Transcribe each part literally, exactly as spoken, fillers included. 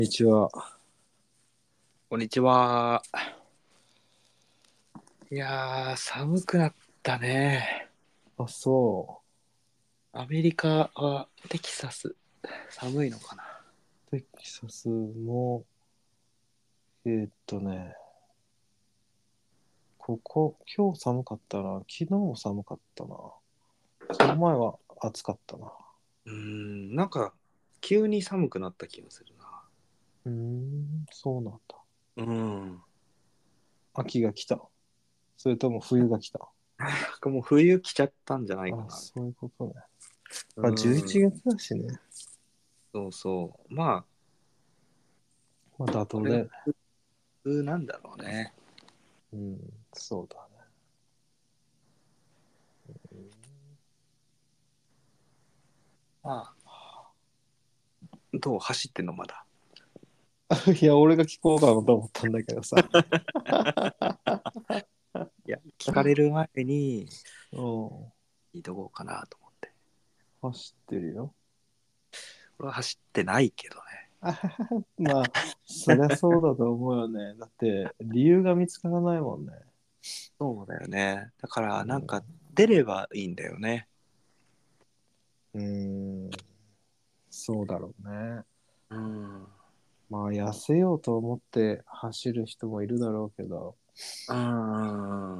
こんにちは。 こんにちは。いやー、寒くなったね。 あ、そアメリカはテキサス、寒いのかな。 う。テキサスも、えーっとね、ここ、今日寒かったな。昨日も寒かったな。その前は暑かったな。 うーん、なんか、急に寒くなった気がするな。 うーん、そうなんだ。 うん。 秋が来た。それとも冬が来た。 なんかもう冬来ちゃったんじゃないかあ、 な。 そういうことね。 うまあ、11 ん、 月だしね。 そうそう。まあ、 まあ、妥これが当だよね。 普通なんだろうね。 うん、そうだまあ、どう走ってんのまだ。 ね。いや、俺が聞こうかなと思ったんだけどさ。 いや、聞かれる前にうん、 聞いとこうかなと思って。 走ってるよ。 これは走ってないけどね。 あははまあ、そりゃそうだと思うよね。だって、理由が見つからないもんね。 そうだよね。だからなんかう出ればいいんだよね。 ん、うーんそうだろうね。 うん。 まあ、痩せようと思って走る人もいるだろうけど、 うん。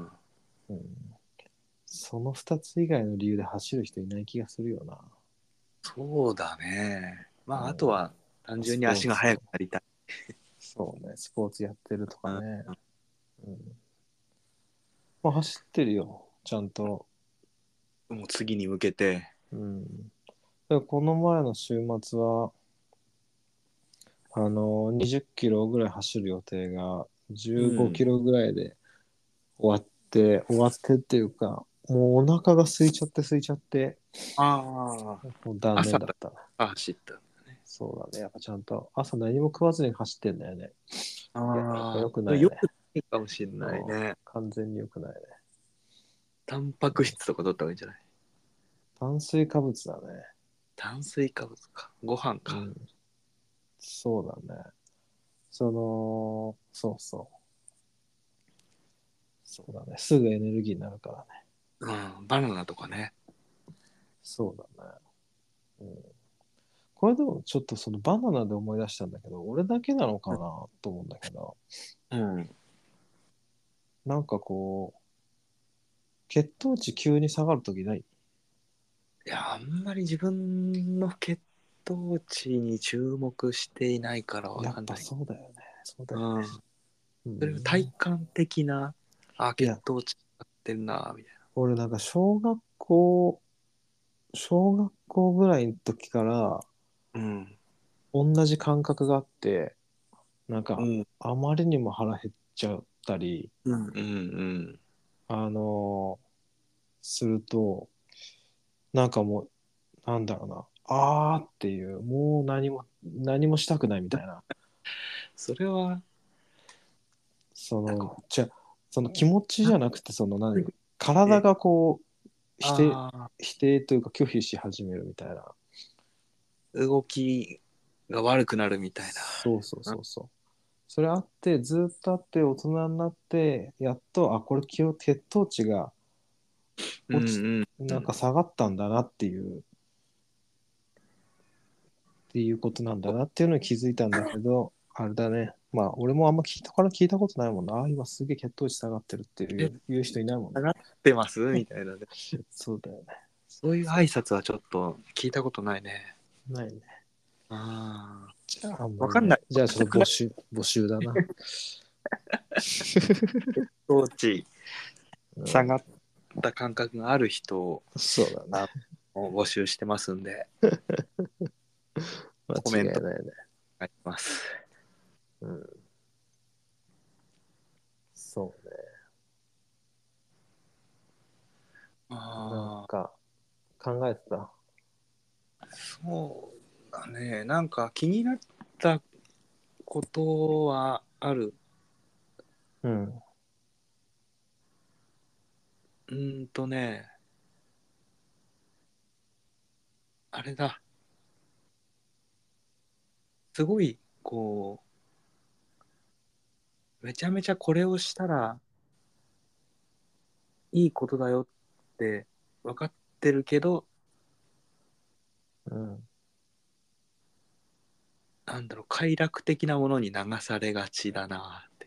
うん、そのふたつ以外の理由で走る人いない気がするよな。 そうだね。まああとうは単ん、ス純に足が速ポーツ、 くなりたい。 そうね、スポーツやってるとかうん。 ね。うん、まあ、走ってるよ、ちゃんと。 もう次に向けて。 うん、だからこの前の週末は、あの、にじゅっキロぐらい走る予定が15 うん。 キロぐらいで終わって、終わってっていうか、もうお腹が空いちゃって空いちゃって、 ああ、 もう断念朝だだったな。 あ走ったんだね。 そうだね。やっぱちゃんと朝何も食わずに走ってんだよね。いや、やっぱあ良くあ、 ないね。 よくないかもしれないうん、 ね。 完全に良くないね。 タンパク質とか取った方がいいんじゃない？ 炭水化物だね。 炭水化物か。ご飯か。 うん、そうだね。その、そうそう。そうだね。すぐエネルギーになるからね。 うん。バナナとかね。 そうだね。うん、これでもちょっとそのバナナで思い出したんだけど、俺だけなのかなと思うんだけど、 うん。 なんかこう、血糖値急に下がるときない？ いや、あんまり自分の血糖値に注目していないからわやっぱかんない。 そうだよね。そうだよね。 うん。 うそれは体ん。 感的な、あ、 いや、 血糖値上がってんな、みたい俺なんか小学校、小学校ぐらいの時からな。うん。 同じ感覚があって、なんかうん。 あまりにも腹減っちゃったり、 うん。うん。うん。 あのーすると、なんかもう、なんだろうな、あーっていう、もう何も、何もしたくないみたいな。 それは、 その、 なんか、 じゃ、その気持ちじゃなくて、その何、体え、 がこう、否定、 ああ、 否定というか拒否し始めるみたいな。 動きが悪くなるみたいそうそうな。 そうそう。それあって、ずっとあって、大人になって、やっと、あ、これ気を血糖値がうん落ち、 うんうん。 なんか下がったんだなっていう、っていうことなんだなっていうのに気づいたんだけど、あれだね。まあ、俺もあんま聞いたから聞いたことないもんな。あ、今すげえ血糖値下がってるっていえ、 う、言う人いないもんね。 下がってますみたいなね。 そうだよね。 そういう挨拶はちょっと聞いたことないね。 ないね。 ああ、 じゃあ、あんまりない。 わかんない。 じゃあ、ちょっと全くない。 募集、募集だな。 当時、 うん、 下がった感覚がある人をそうだね。 あ募集してますんで、 間コメント違いないね。 あります。 うん、そうね。なんあか、考えてた。 あ、そうだね。なんか気になったことはある。 うん。 うーんとね、あれだ。すごいこうめちゃめちゃこれをしたらいいことだよって分かってるけど、 うん。 なんだろう、快楽的なものに流されがちだなって。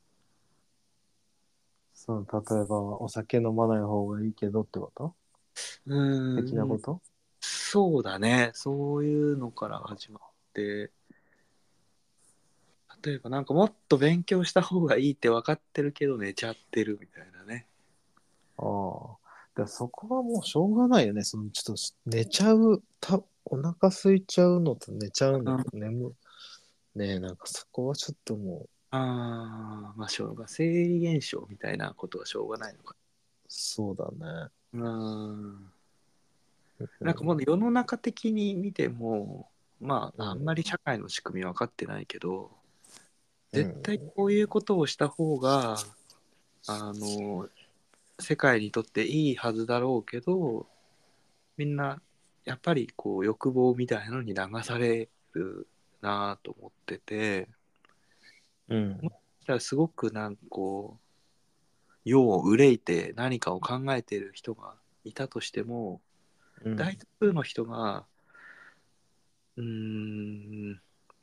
そう、例えば、お酒飲まない方がいいけどってことうーん、 的なこと。 そうだね。そういうのから始まって、例えばなんかもっと勉強した方がいいって分かってるけど寝ちゃってるみたいなね。 ああ。でそこはもうしょうがないよね。その、ちょっと寝ちゃう、た、お腹空いちゃうのと寝ちゃうのと眠、ねえ、なんかそこはちょっともう、 ああ、まあしょうが、生理現象みたいなことはしょうがないのか。 そうだね。 うーん。 うん。 なんかもう世の中的に見ても、まああんうん。 まり社会の仕組み分かってないけど、絶うん。 対こういうことをした方が、あの、世界にとっていいはずだろうけど、みんなやっぱりこう欲望みたいなのに流されるなと思ってて、 うん。 もしかしたらすごくなんかこう、世を憂いて何かを考えている人がいたとしても、 うん。 大多数の人が、うーん、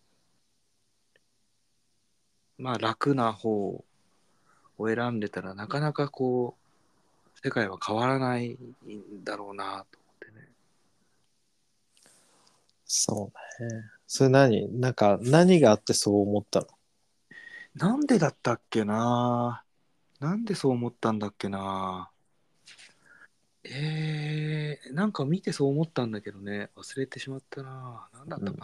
まあ楽な方を選んでたらなかなかこう、世界は変わらないんだろうなと思ってね。 そうね。それ何なんか、何があってそう思ったの？ なんでだったっけな。なんでそう思ったんだっけな。えー、なんか見てそう思ったんだけどね、忘れてしまったな。なんだったか。 うん。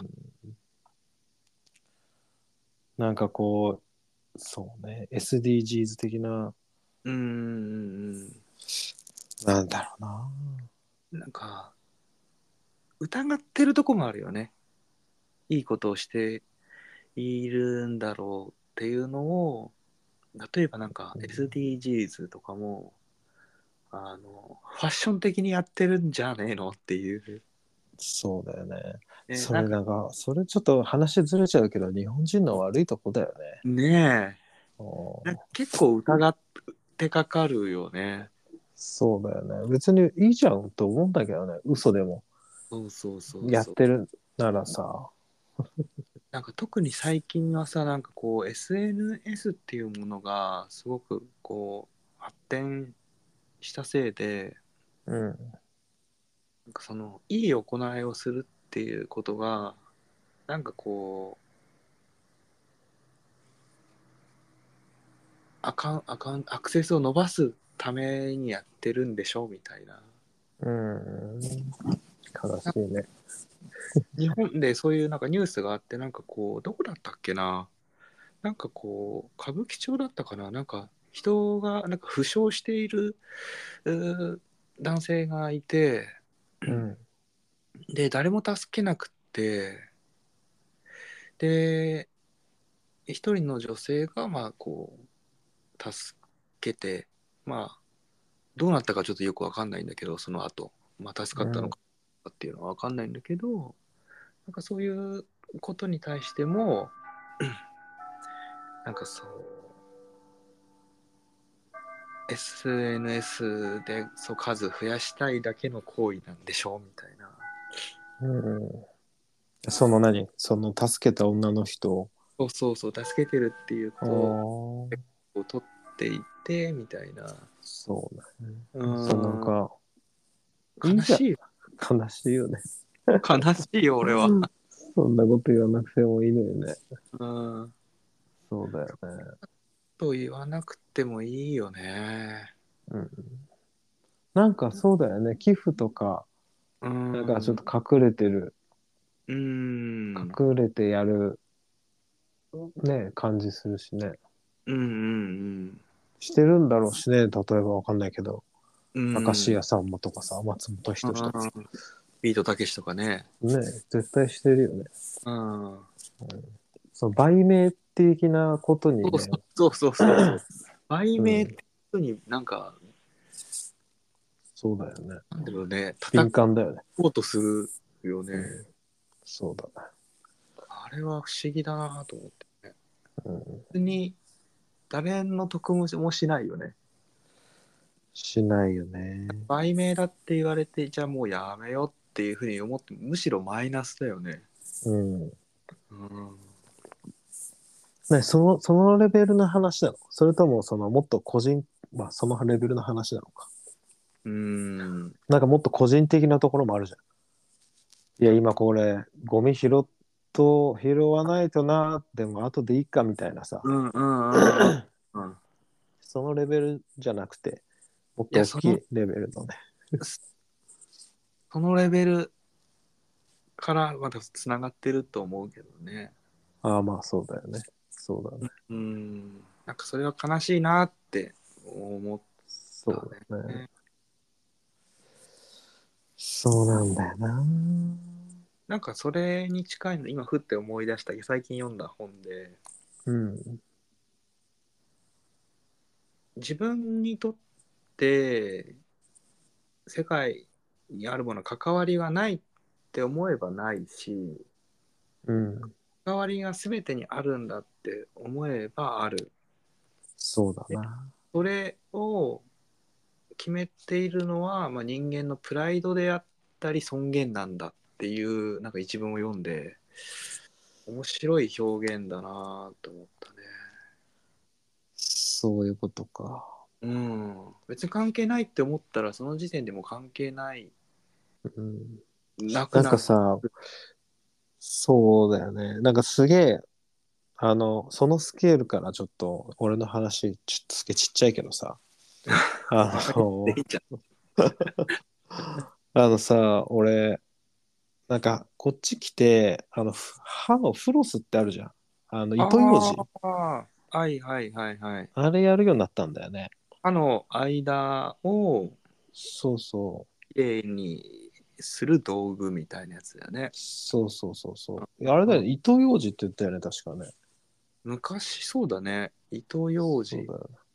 なんかこう、そうね。エスディージーズ 的な、 うーん、 なんだろうな。 なんか、疑ってるとこもあるよね。いいことをしているんだろうっていうのを、例えばなんかうん。 エスディージーズ とかも、あの、ファッション的にやってるんじゃねえのっていう。 そうだよね。 ね、なんかそれなんか、それちょっと話ずれちゃうけど、日本人の悪いとこだよね。 ねえ、なんかお結構疑ってかかるよね。 そうだよね。別にいいじゃんと思うんだけどね。嘘でも。 そうそうそうそう。 やってるならさ。 なんか特に最近はさ、なんかこう エスエヌエス っていうものがすごくこう発展したせいで、 うん。 なんかそのいい行いをするっていうことが、なんかこう、アカウン、アカウン、アクセスを伸ばすためにやってるんでしょみたいな。 うん。悲しいね。 日本でそういうなんかニュースがあって、なんかこう、どこだったっけな。なんかこう、歌舞伎町だったかな。なんか人がなんか負傷しているうー男性がいて、 うん。 で、誰も助けなくって、で、一人の女性が、まあ、こう、助けて、まあ、どうなったかちょっとよくわかんないんだけど、その後、まあ、助かったのうん。 かっていうのはわかんないんだけど、なんかそういうことに対しても、なんかそう、エスエヌエス でそう数増やしたいだけの行為なんでしょうみたいな。 うん。その何その助けた女の人を。 そうそうそう、助けてるっていうことああ、 を取っていて、みたいな。 そうだね。 うそうなんーん、 か、いいじゃん。 悲しいよ。 悲しいよね。 悲しいよ、俺は。 そんなこと言わなくてもいいのよね。 うん。 そうだよね。 と言わなくてもいいよね。 うん。なんかそうだよね。寄付とか、 うなんかちょっん。 と隠れてる、 うん。 隠れてやる、ね、感じするしね。 うんうんしてるんだろうしね。例えばわかんないけど、 うん。 明石うん。 家さんまとかさ、松本人志とかさ。 うんビートたけしとかね。 ね、絶対してるよね。 うん。 うん、その売名的なことにね、 そうそうそうそうそう。売名ってうん、 人になんか、 そうだよね。 なんだろうね、 敏叩感だよね。 こうとするよね。 うん、そうだね。 あれは不思議だなと思ってね。 うん、 別に誰の得もしないよね。 しないよね。 売名だって言われて、じゃあもうやめようっていうふうに思って、むしろマイナスだよね。 うん。 うん。 ね、その、そのレベルの話なの？それとも、その、もっと個人、まあ、そのレベルの話なのか。 うん。 なんかもっと個人的なところもあるじゃん。いや、今これ、ゴミ拾っと、拾わないとな、でも後でいいかみたいなさ。 うんうんうんうん。うん、 そのレベルじゃなくて、もっいや、 と大その、 きいレベルのね。 そのレベルからまたつながってると思うけどね。 ああ、まあそうだよね。そうだね。 うん。なんかそれは悲しいなって思ったそうだね。 ね。 そうなんだよな。 なんかそれに近いの、今ふって思い出したけど、最近読んだ本で、 うん。 自分にとって世界にあるもの関わりがないって思えばないし、 うん。 関わりが全てにあるんだって思えばある。 そうだでな。 それを決めているのは、まあ、人間のプライドであったり尊厳なんだっていうなんか一文を読んで、面白い表現だなと思ったね。 そういうことか。 うん。別に関係ないって思ったらその時点でもう関係ないうん。なんなくなる。 かさ、そうだよね。なんかすげえ、あの、そのスケールからちょっと、俺の話、ちょっとすげえちっちゃいけどさ、あの、 いいじゃん。 あのさ、俺、なんか、こっち来て、あの、ふ歯のフロスってあるじゃん。あの、糸ようあじ。 あ、はいはいはいはい。 あれやるようになったんだよね。 歯の間をそうそう。 きれいにする道具みたいなやつだよね。 そうそうそうそう。あれだようん、 ね。糸ようじって言ったよね、確かね。 昔そうだね。糸ようじ。 そうだよね。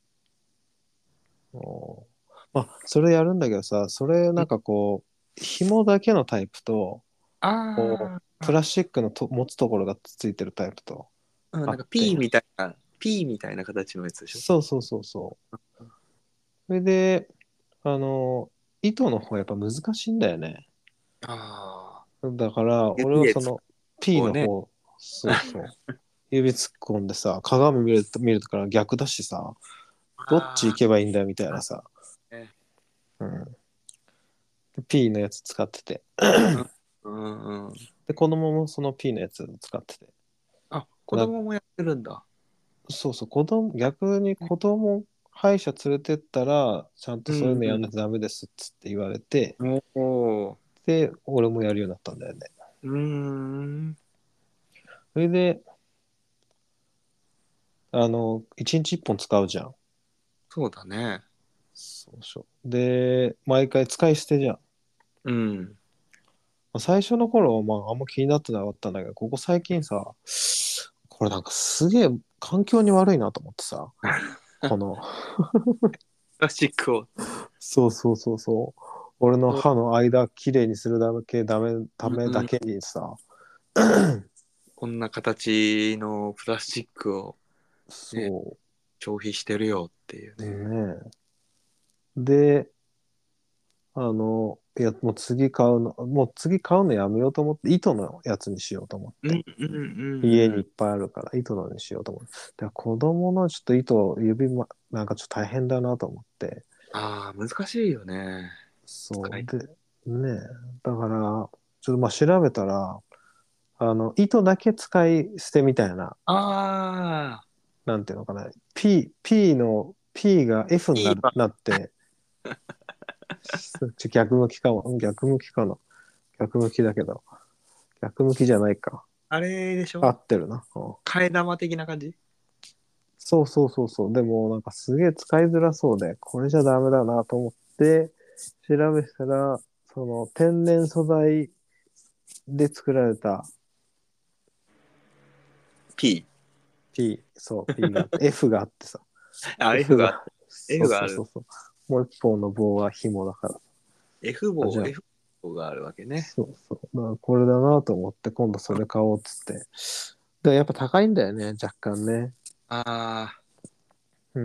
おまあ、それやるんだけどさ、それなんかこう、紐だけのタイプと、こう、 ああ、 プラスチックのと持つところがついてるタイプとうん、なんかあって、 P みたいな、P みたいな形のやつでしょ。 そうそうそうそう。それで、あの、糸の方やっぱ難しいんだよね。 ああ、 だから、俺指でつはその P こうね。 の方、そうそう。指突っ込んでさ、鏡見ると、見るから逆だしさ、どっち行あけばいいんだよみたいなあ、 さ。 ね、 うん。P のやつ使ってて。 うんうんうん。 で、子供もその P のやつ使ってて。 あ、子な供もやってるんだ。 そうそう、子供、逆に子供、歯医者連れてったら、ちゃんとうそういうんうん。 のやんないとダメですっつって言われて、 おお。 で、俺もやるようになったんだよね。 うーん。 それで、あの、一日一本使うじゃん。 そうだね。 そうそう。で、毎回使い捨てじゃん。 うん。 まあ最初の頃は、まあ、あんま気になってなかったんだけど、ここ最近さ、これなんかすげえ環境に悪いなと思ってさ、この、 プラスチックを。 そうそうそうそう、俺の歯の間きれいにするだけダメ、ためうん、 だけにさ、 こんな形のプラスチックを、ね、 そ消費してるよっていうう、 ね。 ねえ。で、あの、いや、もう次買うの、もう次買うのやめようと思って、糸のやつにしようと思って。 うんうんうんうん。 家にいっぱいあるから、糸のにしようと思って。で子供のちょっと糸、指ま、なんかちょっと大変だなと思って。 ああ、難しいよね。 そう。 使い。 で、ねえ。だから、ちょっとまあ調べたら、あの、糸だけ使い捨てみたいな、 ああ、 なんていうのかな。P、P の、P が F になる、 いいわ。 なって、ちょ逆向きかも。逆向きかな。逆向きだけど。逆向きじゃないか。 あれでしょ？ 合ってるな。うん、 替え玉的な感じ？ そうそうそうそう。でもなんかすげえ使いづらそうで、これじゃダメだなと思って調べたら、その天然素材で作られた P。 P、そう、P があって、F があってさ、 あ、F F がある。 が、そう F がある。 そうそうそう。もう一方の棒は紐だから。 F 棒、 あじゃあ、 F。 方があるわけね。 そうそう。だからこれだなと思って今度それ買おうっつって。で、やっぱ高いんだよね、若干ね。 ああ、 うん。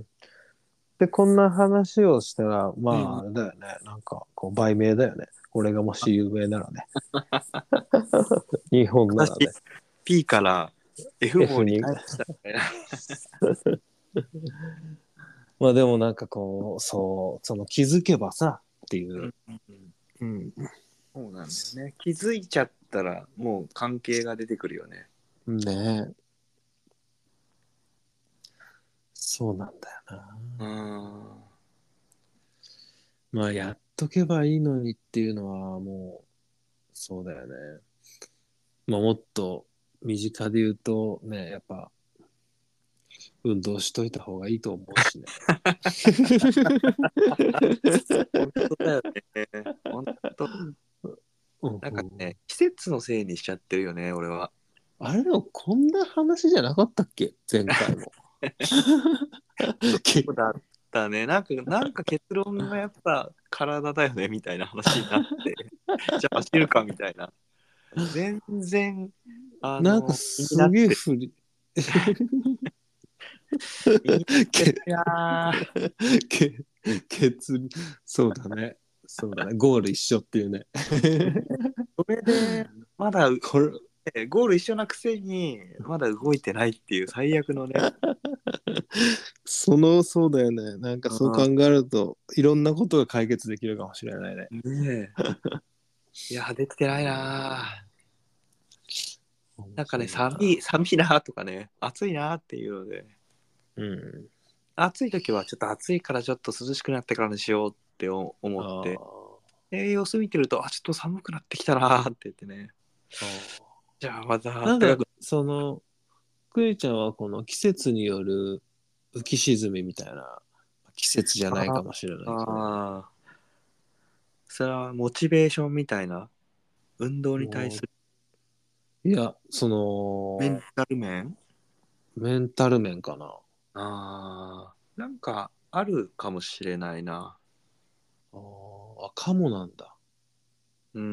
で、こんな話をしたら、まあ、 うん。 あれだよね。なんか、こう、売名だよね。俺がもし有名ならね。日本なら私、 ね。 P から F 棒 F に。 に変えましたみたいな。 まあでもなんかこう、そう、その気づけばさ、っていう。 うんうんうん。 そうなんだよね。気づいちゃったらもう関係が出てくるよね。 ねえ。そうなんだよな。 うん。 まあ、やっとけばいいのにっていうのは、もう、そうだよね。まあ、もっと身近で言うと、ね、やっぱ、運動しといた方がいいと思うしね。 本当だよね。本当。 うんなんかね、 うん、 季節のせいにしちゃってるよね、俺は。 あれでもこんな話じゃなかったっけ前回も。けそうだったね。なんか、なんか結論がやっぱ体だよねみたいな話になって、じゃあ走るかみたいな。全然、あなんかの、気になすげえって、 ふり、 気になってるけ、 なぁ。 け、けつ、そうだね。そうだね。ゴール一緒っていうね。 それで、まだ、 これ、 ゴール一緒なくせに、まだ動いてないっていう最悪のね。 その、そうだよね。なんかそう考うえると、いろんなことが解決できるかもしれないね。 ん、ねえ。いや、できてないなぁ。なんかね、 そうだ。 寒い、寒いなとかね、暑いなっていうので、 うん。 暑い時はちょっと暑いからちょっと涼しくなってからにしようって思あって、 あ。 え様子見てると、あ、ちょっと寒くなってきたなって言ってね、 ああ。 じゃあまたなんか、 暖かく、 その、クイちゃんはこの季節による浮き沈みみたいな季節じゃないあかもしれないけど、 あ、それはモチベーションみたいな、運動に対もう、 するいや、そメンの、 タル面。 メンタル面かな。 ああ、なんかあるかもしれないな。 あーあ、かもなんだ。 うん、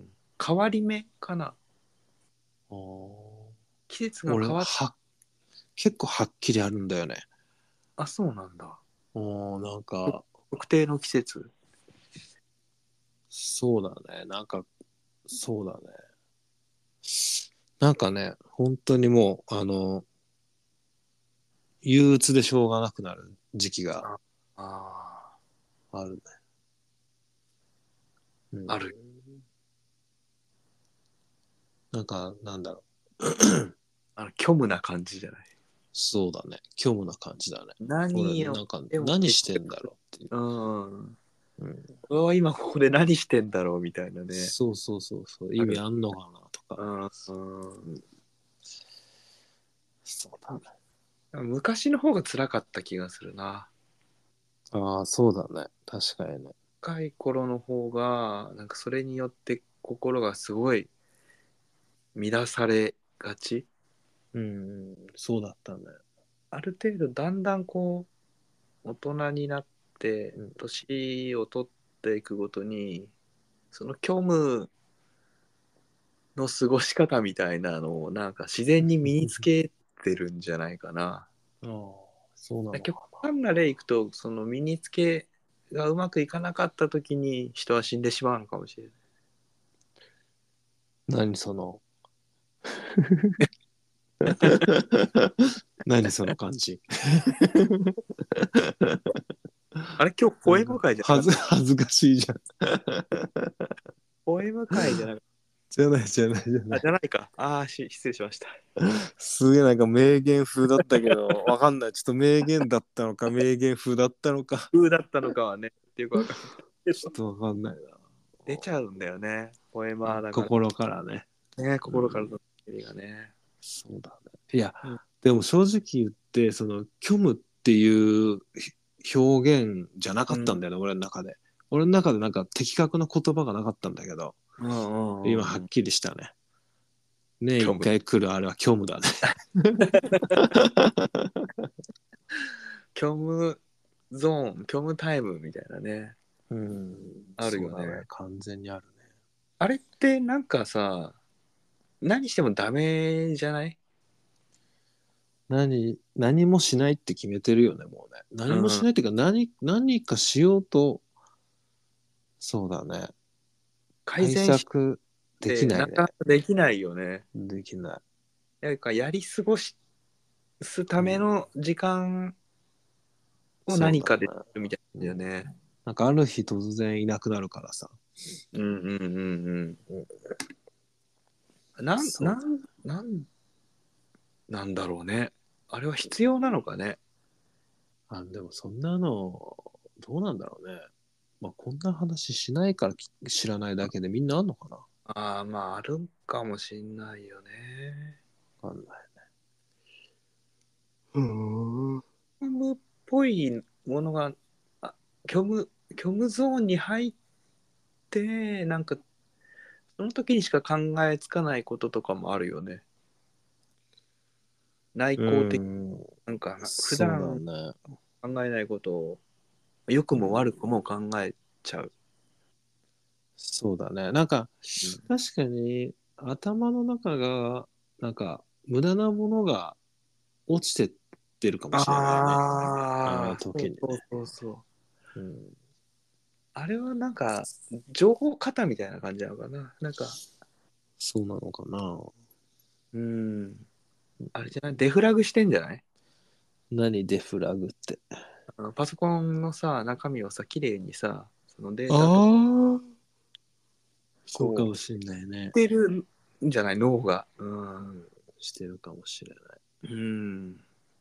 変わり目かな。 あー季節が俺、 変わっ、 は、結構はっきりあるんだよね。 あ、そうなんだ。 おなんか、 特定の季節。 そうだね。なんか、そうだね。なんかね、本当にもう、あの、憂鬱でしょうがなくなる時期があああるね。うー、ある。 ん。なんか、なんだろう。 あの、虚無な感じじゃない。 そうだね。虚無な感じだね。俺、 何をなんか、 でも結何してんだ局、 ろうっていう。 うん。 うん、 俺は今ここで何してんだろうみたいなね。 そうそうそうそう。意ある。 味あんのかなとか。 うん。 うん、そうだね。 うん、昔の方が辛かった気がするな。 ああ、そうだね。確かにね。 若い頃の方が、なんかそれによって心がすごい乱されがち。 うん、そうだったね。 ある程度だんだんこう、大人になって、 うん、 年を取っていくごとに、その虚無の過ごし方みたいなのをなんか自然に身につけてるんじゃないかな。 ああ、そうなの極か端な例いくと、その身につけがうまくいかなかった時に人は死んでしまうのかもしれない。 な。何その、何その感じ。 あれ今日ポエム会じゃなかはず、 った。 恥ずかしいじゃん。 ポエム会じゃなかっじゃないじゃないじゃた。あ、 ない。 じゃないか。ああ、し失礼しました。 すげえなんか名言風だったけど、わかんない。ちょっと名言だったのか、名言風だったのか、 風だったのかはね、っていうかわかんないけど。 ちょっとわかんないな。 出ちゃうんだよね。ポエマーだか心からね。 ら。ね、 うん、 心からの意味がね。 そうだね。いや、 うん。 でも正直言って、その、虚無っていう表現じゃなかうん。 ったんだよね、俺の中で。俺の中でなんか的確な言葉がなかったんだけど、 うんうんうんうん。 今はっきりしたね。ね、 虚無。 一回来るあれは虚無だね。 虚無ゾーン、虚無タイムみたいなね。 うん。 あるよね。 そうだね。完全にあるね。 あれってなんかさ、何してもダメじゃない？ 何、何もしないって決めてるよね、もうね。何もしうん。 ないっていうか、何、何かしようと、そうだね。対改善し策できてなかなないね。 かできないよね。 できない。 なんかやり過ごすためうん、 の時間をそうだ何かでね。 するみたいなんだよね。 なんかある日突然いなくなるからさ。 うんうんうんうん。なん、 そうだ。 なん、なん、なんだろうね。あれは必要なのかね。 あ、でもそんなの、どうなんだろうね。まあ、こんな話しないからき知らないだけでみんなあんのかな。 ああ、まあ、あるかもしんないよね。 わかんない。 うん。虚無っぽいものが、あ、虚無、虚無ゾーンに入って、なんか、その時にしか考えつかないこととかもあるよね。内う向的、 ん、 なんかな、普そうだ段ね。 考えないことを、良くも悪くも考えちゃう。 そうだね。なんか、 うん、 確かに頭の中が、なんか、無駄なものが落ちてってるかもしれないね。あのああ、そう時にね。 そうそうそう。 うん、 あれはなんか、情報過多みたいな感じなのかな。なんか、 そうなのかな。 うん、あれじゃない？デフラグしてんじゃない？ 何デフラグって。 あのパソコンのさ、中身をさ、綺麗にさ、そのデータとか、 ああ、そうかこう、 もしれないね。 してるんじゃない脳が。うん。 してるかもしれない。 うん。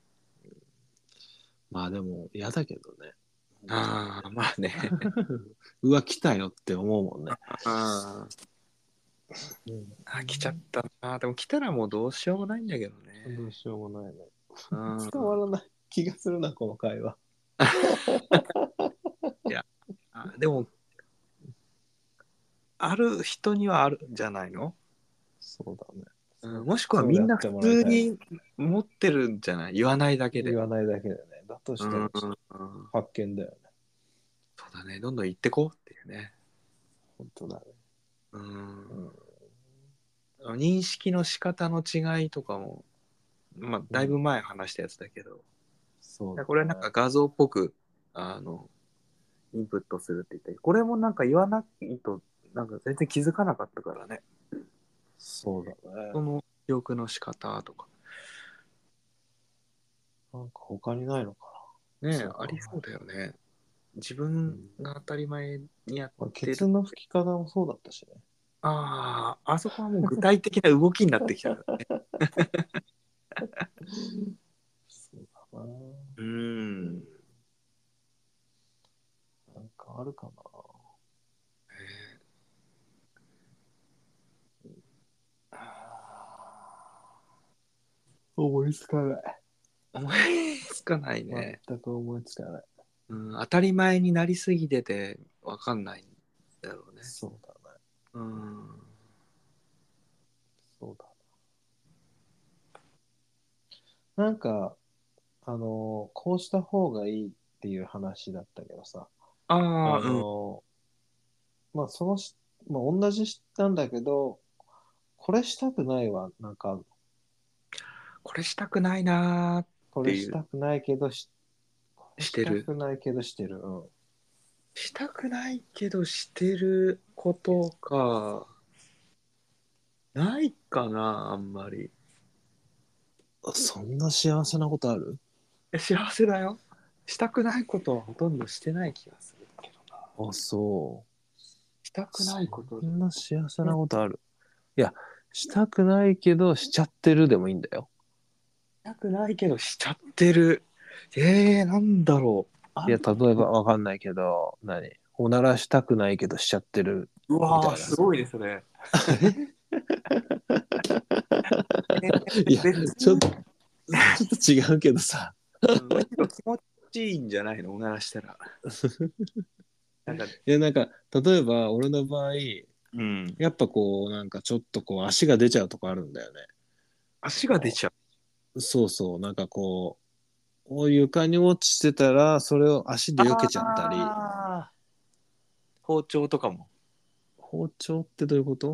まあでも嫌だけどね。本当に。 ああ、まあね。 うわ、来たよって思うもんね。 あうん、 あ、来ちゃったな。でも来たらもうどうしようもないんだけどね。 どうしようもないね。 うん。 伝わらない気がするな、この会話。 いや、あでも、ある人にはあるんじゃないの？ そうだね。そう、 うん、もしくはそうであっみんな普てもらいたい。 通に持ってるんじゃない？言わないだけで。 言わないだけでね。だとうん、うん、 してもさ、 そ発見だよね。 うだね。どんどん言ってこうっていうね。 本当だね。 ううん。 ん。認識の仕方の違いとかも、まあ、 うん、 だいぶ前話したやつだけど、 そうこれはなんだね。 か画像っぽく、あの、インプットするって言ったけど、これもなんか言わないと、なんか全然気づかなかったからね。 そうだね。 その記憶の仕方とか。 なんか他にないのかな。 ねえ、 そう考ありそうだよえね。自ると。う分ん。 が当たり前にやっまあ、 てる。 ケツの吹き方もそうだったしね。 ああ、あそこはもう具体的な動きになってきたからね。 そうだな。 うーん。 なんかあるかな。思いつかない。 思いつかないね。 全く思いつかない。 うん、当たり前になりすぎてて分かんないんだろうね。 そうだね。 うん。 そうだな。なんか、あの、こうした方がいいっていう話だったけどさ、あああ、うん。 の、まあ、そのし、まあ、同じなんだけど、これしたくないは、なんか、 これしたくないなーっこれしていう、 たくないけどし、これしたしてる。 くないけどしてる。うん。 したくないけどしてることか、ないかな、あんまり。 そんな幸せなことある？ え幸せだよ。したくないことはほとんどしてない気がするけどな。 あ、そう。 したくないこと、しそんな幸せなことある？いや、したくないけどしちゃってるでもいいんだよ。 たくないけどしちゃってる。えー、なんだろう。あいや、 る。 例えばわかんないけど、何おならしたくないけどしちゃってるうわー、 みたいなさ。 すごいですね。えいや、 ー、別に、 ちょっと、ちょっと違うけどさ。 うん、むしろ気持ちいいんじゃないの？おならしたら。なんか、 いや、なんか、例えば俺の場合、 うん。 やっぱこう、なんかちょっとこう足が出ちゃうとこあるんだよね。 足が出ちゃそうそう、なんかこう、床に落ちてたら、それを足でう。 避けちゃったり、 ああ、 包丁とかも。 包丁ってどういうこと？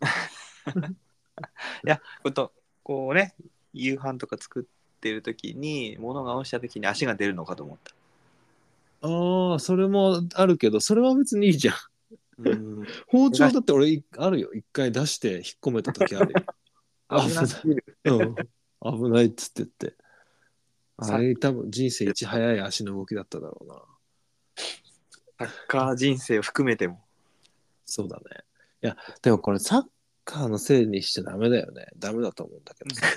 いや、ことこうね、夕飯とか作ってる時に物が落ちた時に足が出るのかと思った。 ああ、それもあるけど、それは別にいいじゃん。 うん。 包丁怪しだって俺いあるよ。一回出して引っ込めた時あるよ。 危な危ない。 すぎる。 うん。危ないっつってって。あサッれ多分人生一早い足の動きだっただろうな。 サッカー人生を含めても。 そうだね。いや、でもこれサッカーのせいにしちゃダメだよね。ダメだと思うんだけどさ。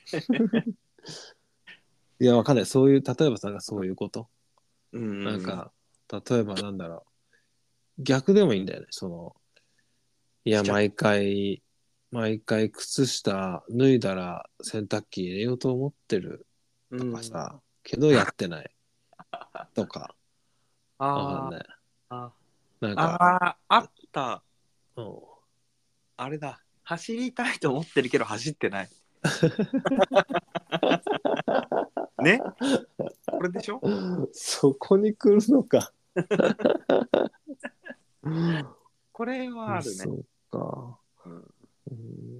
いや、わかんない。そういう、例えばさ、そういうこと。 うんうんうん。 なんか、例えばなんだろう。逆でもいいんだよね。その、いや、 しちゃっ毎回、毎回靴下脱いだら洗濯機入れようと思ってるとかうん。 さ、けどやってないとか、わかんあない。 あ、 なんか、 ああ、あった。 うん。 あれだ。走りたいと思ってるけど走ってない。ね、これでしょ？ そこに来るのか。 これはあるね。 そうか。 うん、 うん、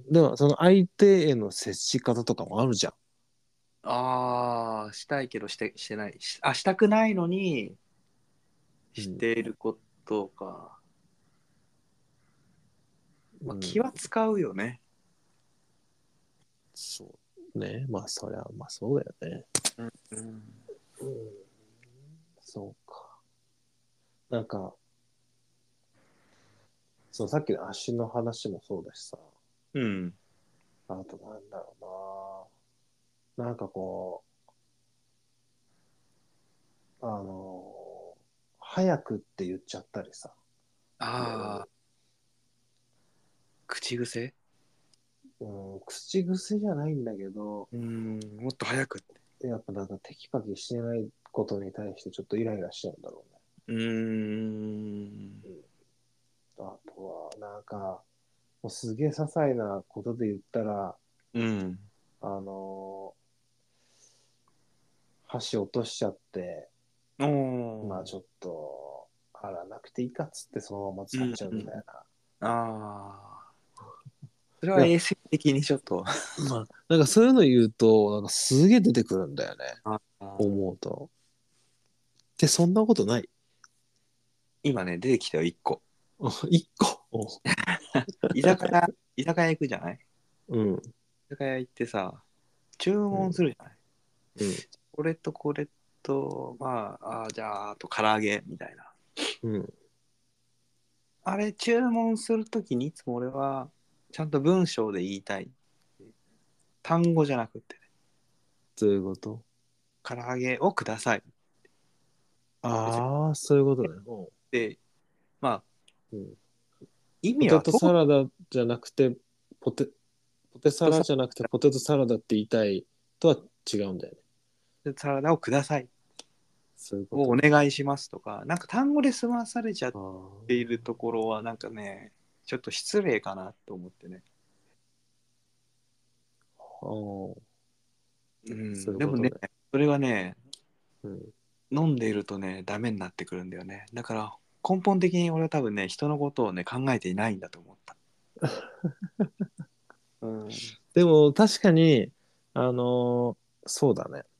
でも、その相手への接し方とかもあるじゃん。 ああ、したいけどして、してない。しあ、したくないのにうん。 していることか。まあ、気うん。 は使うよね。 そうね。まあ、そりゃ、まあそうだよね。 うん。うん。 うん。そうか。なんか、そう、さっきの足の話もそうだしさ。 うん。 あとなんだろうな。なんかこう、あのー早くって言っちゃったりさ。 ああ、口癖。 うん、口癖じゃないんだけど、 うん、もっと早くって。 やっぱなんかテキパキしてないことに対してちょっとイライラしちゃうんだろうーん。 うね。うん、あとは、なんか、もうすげえ些細なことで言ったら、 うん。 あのー箸落としちゃって、 おー。 まあちょっと、洗わなくていいかっつってそのままうん。 使っちゃううん。 みたいな。 ああ。それいや、 は衛生的にちょっと。 まあ、なんかそういうの言うと、なんかすげえ出てくるんだよね。 ああ、 思うと。で、そんなことない。 今ね、出てきたよ、一個。 一個。 居酒屋、居酒屋行くじゃない？ うん。 居酒屋行ってさ、注うん。 文するじゃない？ うん。 これとこれと、まあ、あーじゃあ、あと唐揚げみたいな。 うん。 あれ、注文するときにいつも俺は、ちゃんと文章で言いたい。単語じゃなくてね、 どういうこと？ 唐揚げをください。別にああー、そういうことね。 で、まあ、 うん。 意ポテト味は通っサラダじゃなくて、ポテ、ポテサとさ、 ラじゃなくてポテトサラダって言いたいとは違うんだよね。 サラダをください。をおそういうことね。 願いしますとか、なんか単語で済まされちゃっあているところは、なんかね、ちょっと失礼かなと思ってね。 あ、ああ、 うん、でもね、 そういうことね。 それがね、 うん。 飲んでいるとね、ダメになってくるんだよね。だから根本的に俺は多分ね、人のことをね、考えていないんだと思った。うん。 でも確かに、あのーそうだね。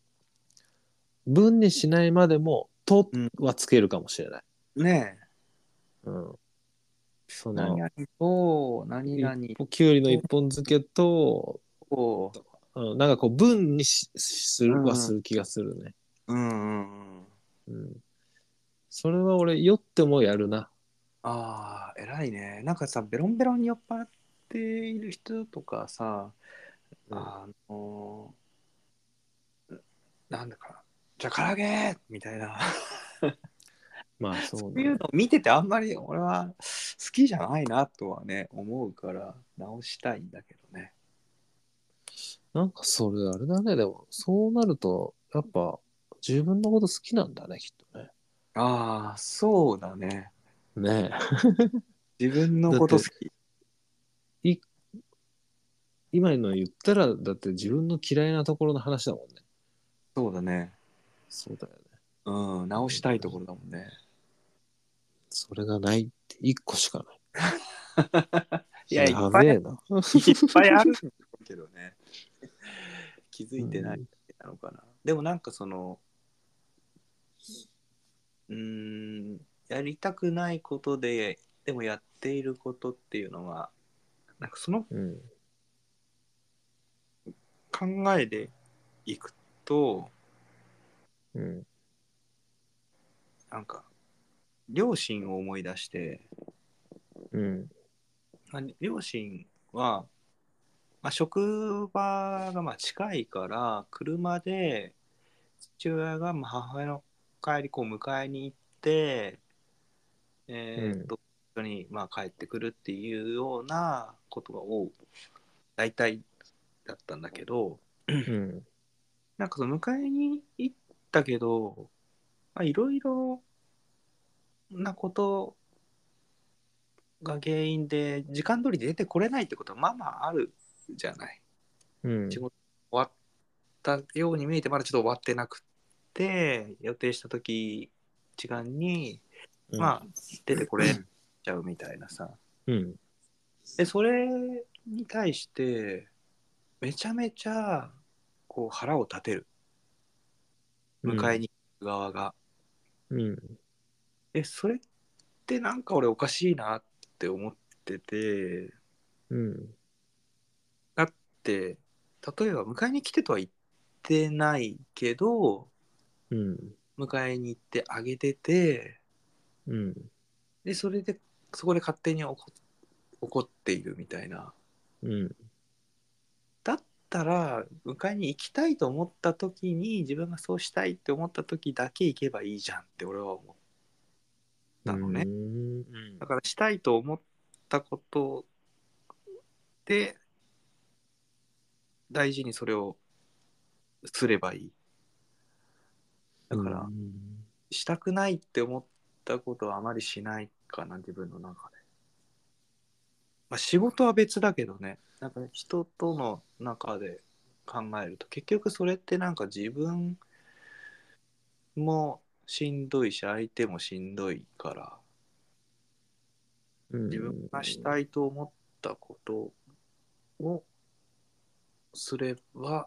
文にしないまでも、とうん、 はつけるかもしれない。 ねえ、 うん。その、 何々と、何一 々 本、きゅうりの一本漬けと、 と、 うん、なんかこう、文にしするはうん、うん、 する気がするね。 うん、うん。 うん。それは俺、酔ってもやるな。 ああ、偉いね。なんかさ、ベロンベロンに酔っ払っている人とかさ、 うん。 あのなんだかな、じゃあ唐揚げみたいな。 まあ、 そういうそうね。 のを見ててあんまり俺は好きじゃないなとはね、思うから直したいんだけどね。 なんかそれあれだね。でも、そうなると、やっぱ、自分のこと好きなんだね、きっとね。 ああ、そうだね。 ね自分え。 のだって、 こと好き。 い、今の言ったら、だって自分の嫌いなところの話だもんね。 そうだね。 そうだよね。 うん、直したいところだもんね。 それがないっていっこしかない。 いや、いっやぱい、いっべえな。 ぱいあるんだけどね。気づいてないうんなのかな。でもなんかその、うーん、やりたくないことで、でもやっていることっていうのは、なんかそのうん考えでいくと、 うんなんか、両親を思い出して、 うんまあ両親は、まあ、職場がまあ近いから、車で父親がまあ母親の帰りこう迎えに行って、 うんえーっと、一緒にまあ帰ってくるっていうようなことが多い、大体だったんだけど、 うんなんかその迎えに行ったけど、まあいろいろなことが原因で時間通りで出てこれないってことはまあまああるじゃない。 うん仕事終わったように見えてまだちょっと終わってなくて、予定した時時間にまあ出てこれちゃうみたいなさ。 うんでそれに対してめちゃめちゃこう腹を立てる、迎えに行く側が。 うんえそれってなんか俺おかしいなって思ってて、 うんだって例えば迎えに来てとは言ってないけど、 うん迎えに行ってあげてて、 うんでそれでそこで勝手に怒怒っているみたいな。 うんだったら迎えに行きたいと思った時に、自分がそうしたいって思った時だけ行けばいいじゃんって俺は思っうたのね。 んだからしたいと思ったことで大事にそれをすればいい。だうからんしたくないって思ったことはあまりしないかな、自分の中で。まあ、仕事は別だけどね、なんか人との中で考えると結局それってなんか自分もしんどいし相手もしんどいから、 うん自分がしたいと思ったことをすれば、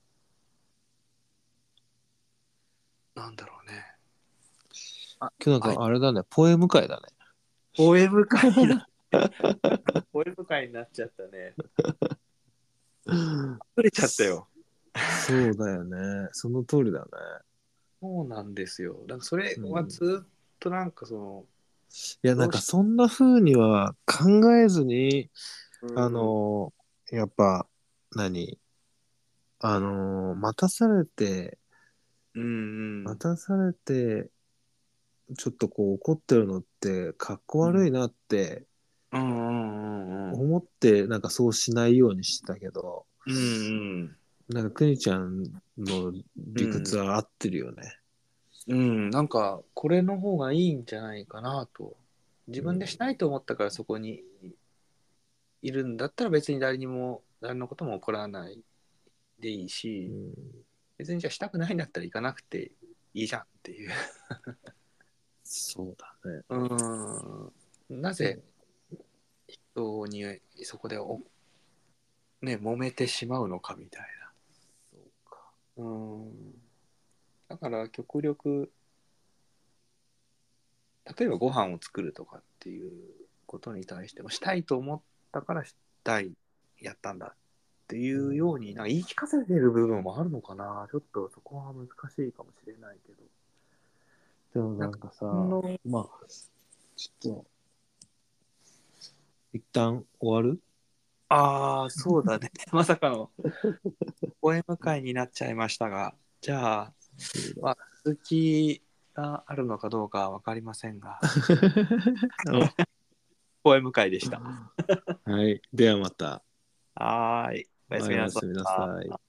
なんだろうね。あ、 今日なんあ、 かあれだね、ポエム会だね。 ポエム会にな、ポエム会になっちゃったね。溢れちゃったよ。 そうだよね。その通りだね。 そうなんですよ。だからそれはうん、 ずっとなんかその、 いや、なんかどうし、 そんな風には考えずに、あうん、うん、 のーやっぱ、何あのー待たされて、 うん、 待たされて、ちょっとこう怒ってるのって、かっこうん、 悪いなってうん、うん、 思って、なんかそうしないようにしてたけど、 うん、 なんかくにちゃんのうん、 理屈は合ってるよね。 うん、なんかこれの方がいいんじゃないかなと。自分でしたいと思ったからそこにいるんだったら別に誰にも誰のことも怒らないでいいし、 うん、 別にじゃあしたくないんだったら行かなくていいじゃんっていう。 そうだね。 うん。なぜ人にそこでお、ね、揉めてしまうのかみたいそうか。 な。うん。だから極力、例えばご飯を作るとかっていうことに対しても、したいと思ったからしたい、やったんだっていうように、なんか言い聞かせてる部分もあるのかな。ちょっとそこは難しいかもしれないけど。 でもなんか、 なんかさ、 のまあ、ちょっと、一旦終わる。 ああ、そうだね。まさかのポエム会になっちゃいましたが、じゃあ、 そうだ。 まあ、続きがあるのかどうかわかりませんが、ポエム会でした。 はい。ではまた。 はーい。おやすはい、 みなさおやすみない。 さい。